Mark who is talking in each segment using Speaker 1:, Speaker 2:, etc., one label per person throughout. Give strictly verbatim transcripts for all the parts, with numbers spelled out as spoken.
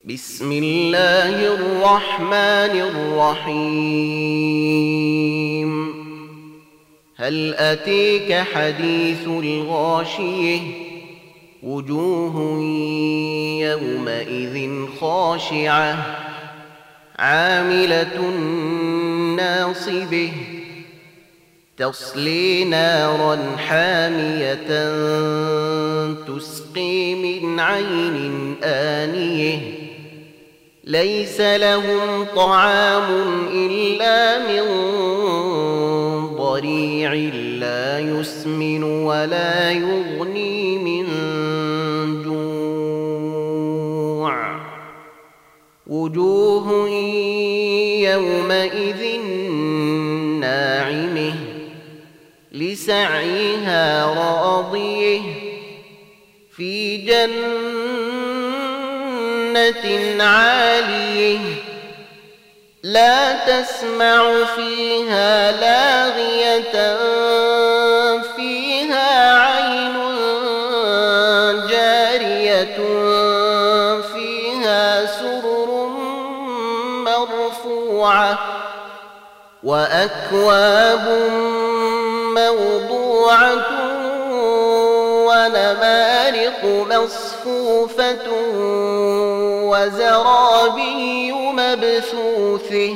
Speaker 1: بسم الله الرحمن الرحيم هل أتيك حديث الغاشية وجوه يومئذ خاشعة عاملة ناصبة تصلي نارا حامية تسقي من عين آنية ليس لهم طعام إلا من ضريع لا يسمن ولا يغني من جوع وجوه يومئذ ناعمة لسعيها راضية في جنة عالية لا تسمع فيها لاغية فيها عين جارية فيها سرر مرفوعة وأكواب موضوعة ونمارق مصفوفة وزرابي مبثوثة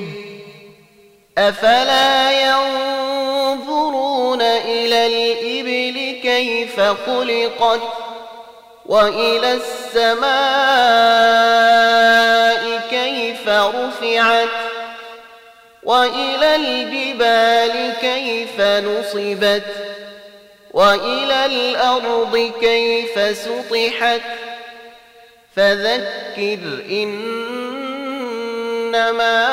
Speaker 1: أفلا ينظرون إلى الإبل كيف خلقت وإلى السماء كيف رفعت وإلى الجبال كيف نصبت وإلى الأرض كيف سطحت فذكر إنما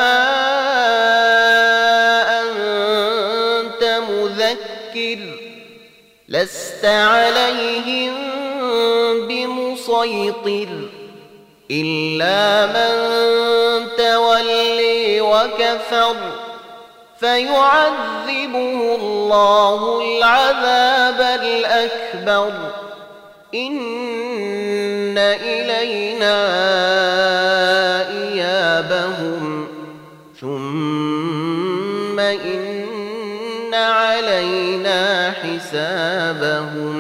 Speaker 1: أنت مذكر لست عليهم بمسيطر إلا من تولي وكفر فيعذبه الله العذاب الأكبر إن إلينا إيابهم ثم إن علينا حسابهم